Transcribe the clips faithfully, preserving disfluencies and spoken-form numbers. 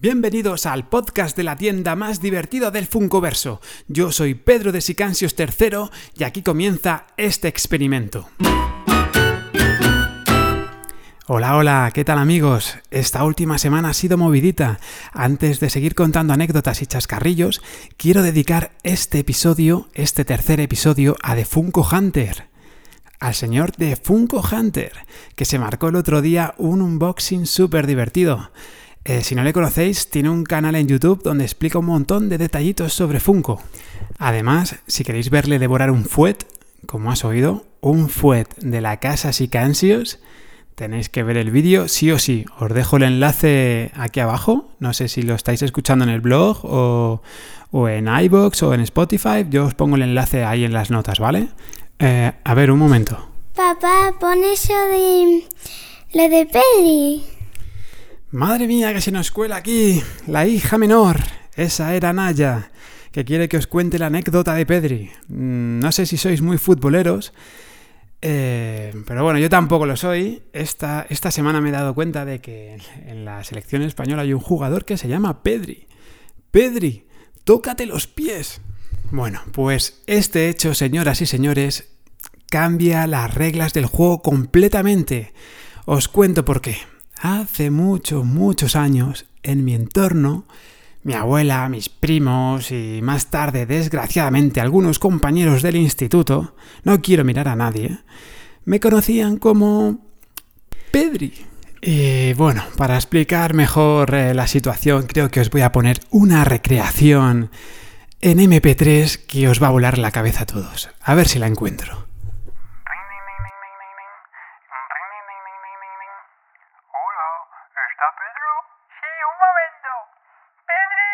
Bienvenidos al podcast de la tienda más divertida del Funkoverso. Yo soy Pedro de Sicansios tercero y aquí comienza este experimento. Hola, hola, ¿qué tal amigos? Esta última semana ha sido movidita. Antes de seguir contando anécdotas y chascarrillos, quiero dedicar este episodio, este tercer episodio, a The Funko Hunter. Al señor The Funko Hunter, que se marcó el otro día un unboxing súper divertido. Eh, si no le conocéis, tiene un canal en YouTube donde explica un montón de detallitos sobre Funko. Además, si queréis verle devorar un fuet, como has oído, un fuet de la casa Sicansios, tenéis que ver el vídeo sí o sí. Os dejo el enlace aquí abajo. No sé si lo estáis escuchando en el blog o, o en iVoox o en Spotify. Yo os pongo el enlace ahí en las notas, ¿vale? Eh, a ver, un momento. Papá, pon eso de... lo de Pedri. Madre mía, que se nos cuela aquí la hija menor. Esa era Naya, que quiere que os cuente la anécdota de Pedri. No sé si sois muy futboleros, eh, pero bueno, yo tampoco lo soy. Esta, esta semana me he dado cuenta de que en la selección española hay un jugador que se llama Pedri. Pedri, tócate los pies. Bueno, pues este hecho, señoras y señores, cambia las reglas del juego completamente. Os cuento por qué. Hace muchos, muchos años, en mi entorno, mi abuela, mis primos y más tarde, desgraciadamente, algunos compañeros del instituto, no quiero mirar a nadie, me conocían como Pedri. Y bueno, para explicar mejor eh, la situación, creo que os voy a poner una recreación en eme pe tres que os va a volar la cabeza a todos. A ver si la encuentro. ¿Está Pedro? Sí, un momento. ¡Pedri!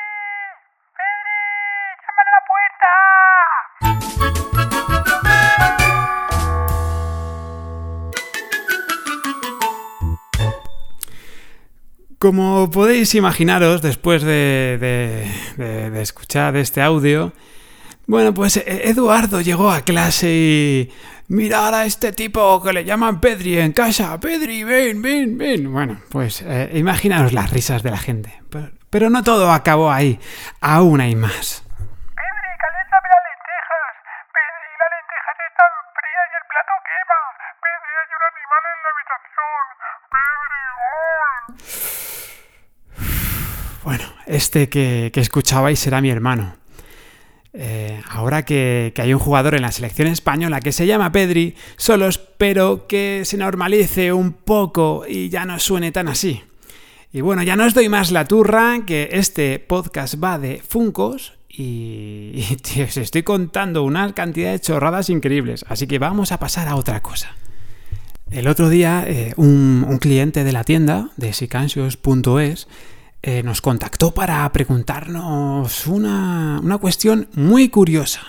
¡Pedri! ¡Llama a la puerta! Como podéis imaginaros, después de, de, de, de escuchar este audio, bueno, pues Eduardo llegó a clase y... ¡Mirad a este tipo que le llaman Pedri en casa! ¡Pedri, ven, ven, ven! Bueno, pues eh, imaginaos las risas de la gente. Pero, pero no todo acabó ahí. Aún hay más. ¡Pedri, caléntame las lentejas! ¡Pedri, las lentejas están frías y el plato quema! ¡Pedri, hay un animal en la habitación! ¡Pedri, gol! Bueno, este que, que escuchabais era mi hermano. Eh, ahora que, que hay un jugador en la selección española que se llama Pedri, solo espero que se normalice un poco y ya no suene tan así. Y bueno, ya no os doy más la turra, que este podcast va de Funkos y, y tío, os estoy contando una cantidad de chorradas increíbles, así que vamos a pasar a otra cosa. El otro día eh, un, un cliente de la tienda de sicansios punto es Eh, nos contactó para preguntarnos una, una cuestión muy curiosa.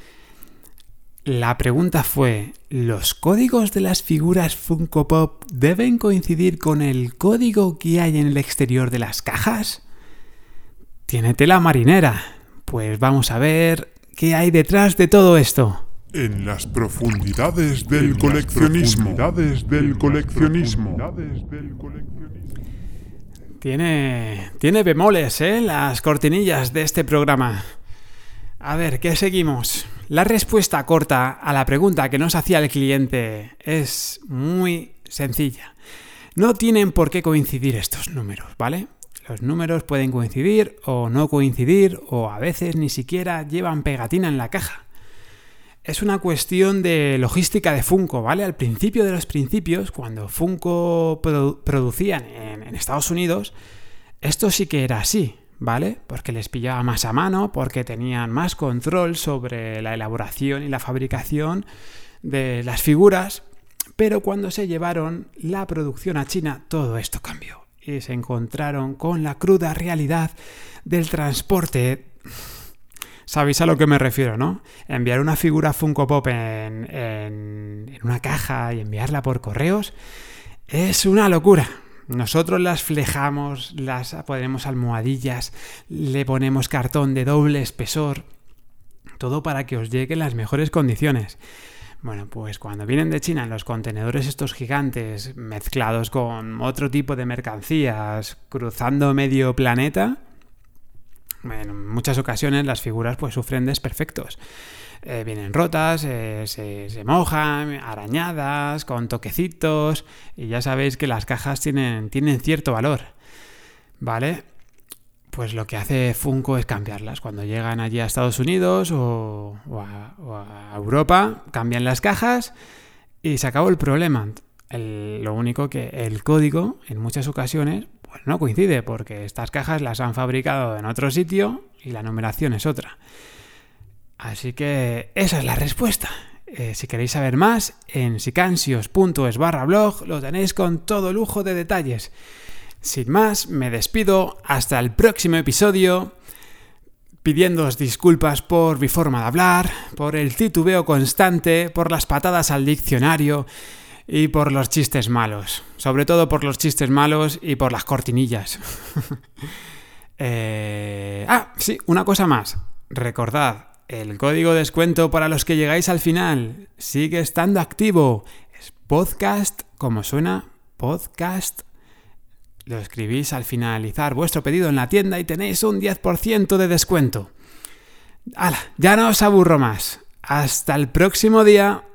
La pregunta fue: ¿los códigos de las figuras Funko Pop deben coincidir con el código que hay en el exterior de las cajas? ¿Tiene tela marinera? Pues vamos a ver qué hay detrás de todo esto. En las profundidades del en coleccionismo. Las profundidades del coleccionismo. Tiene, tiene bemoles, ¿eh? Las cortinillas de este programa. A ver, ¿qué seguimos? La respuesta corta a la pregunta que nos hacía el cliente es muy sencilla. No tienen por qué coincidir estos números, ¿vale? Los números pueden coincidir o no coincidir, o a veces ni siquiera llevan pegatina en la caja. Es una cuestión de logística de Funko, ¿vale? Al principio de los principios, cuando Funko produ- producían en, en Estados Unidos, esto sí que era así, ¿vale? Porque les pillaba más a mano, porque tenían más control sobre la elaboración y la fabricación de las figuras, pero cuando se llevaron la producción a China, todo esto cambió y se encontraron con la cruda realidad del transporte. Sabéis a lo que me refiero, ¿no? Enviar una figura Funko Pop en, en, en una caja y enviarla por correos es una locura. Nosotros las flejamos, las ponemos almohadillas, le ponemos cartón de doble espesor, todo para que os llegue en las mejores condiciones. Bueno, pues cuando vienen de China en los contenedores estos gigantes mezclados con otro tipo de mercancías cruzando medio planeta, en muchas ocasiones las figuras pues sufren desperfectos. Eh, vienen rotas, eh, se, se mojan, arañadas, con toquecitos, y ya sabéis que las cajas tienen, tienen cierto valor, ¿vale? Pues lo que hace Funko es cambiarlas. Cuando llegan allí a Estados Unidos o, o, a, o a Europa, cambian las cajas y se acabó el problema. El, lo único que el código en muchas ocasiones pues no coincide, porque estas cajas las han fabricado en otro sitio y la numeración es otra. Así que esa es la respuesta. Eh, si queréis saber más, en sicansios punto es barra blog lo tenéis con todo lujo de detalles. Sin más, me despido hasta el próximo episodio, pidiéndoos disculpas por mi forma de hablar, por el titubeo constante, por las patadas al diccionario y por los chistes malos. Sobre todo por los chistes malos y por las cortinillas. eh... Ah, sí, una cosa más. Recordad, el código de descuento para los que llegáis al final sigue estando activo. Es podcast, como suena, podcast. Lo escribís al finalizar vuestro pedido en la tienda y tenéis un diez por ciento de descuento. ¡Hala! Ya no os aburro más. Hasta el próximo día.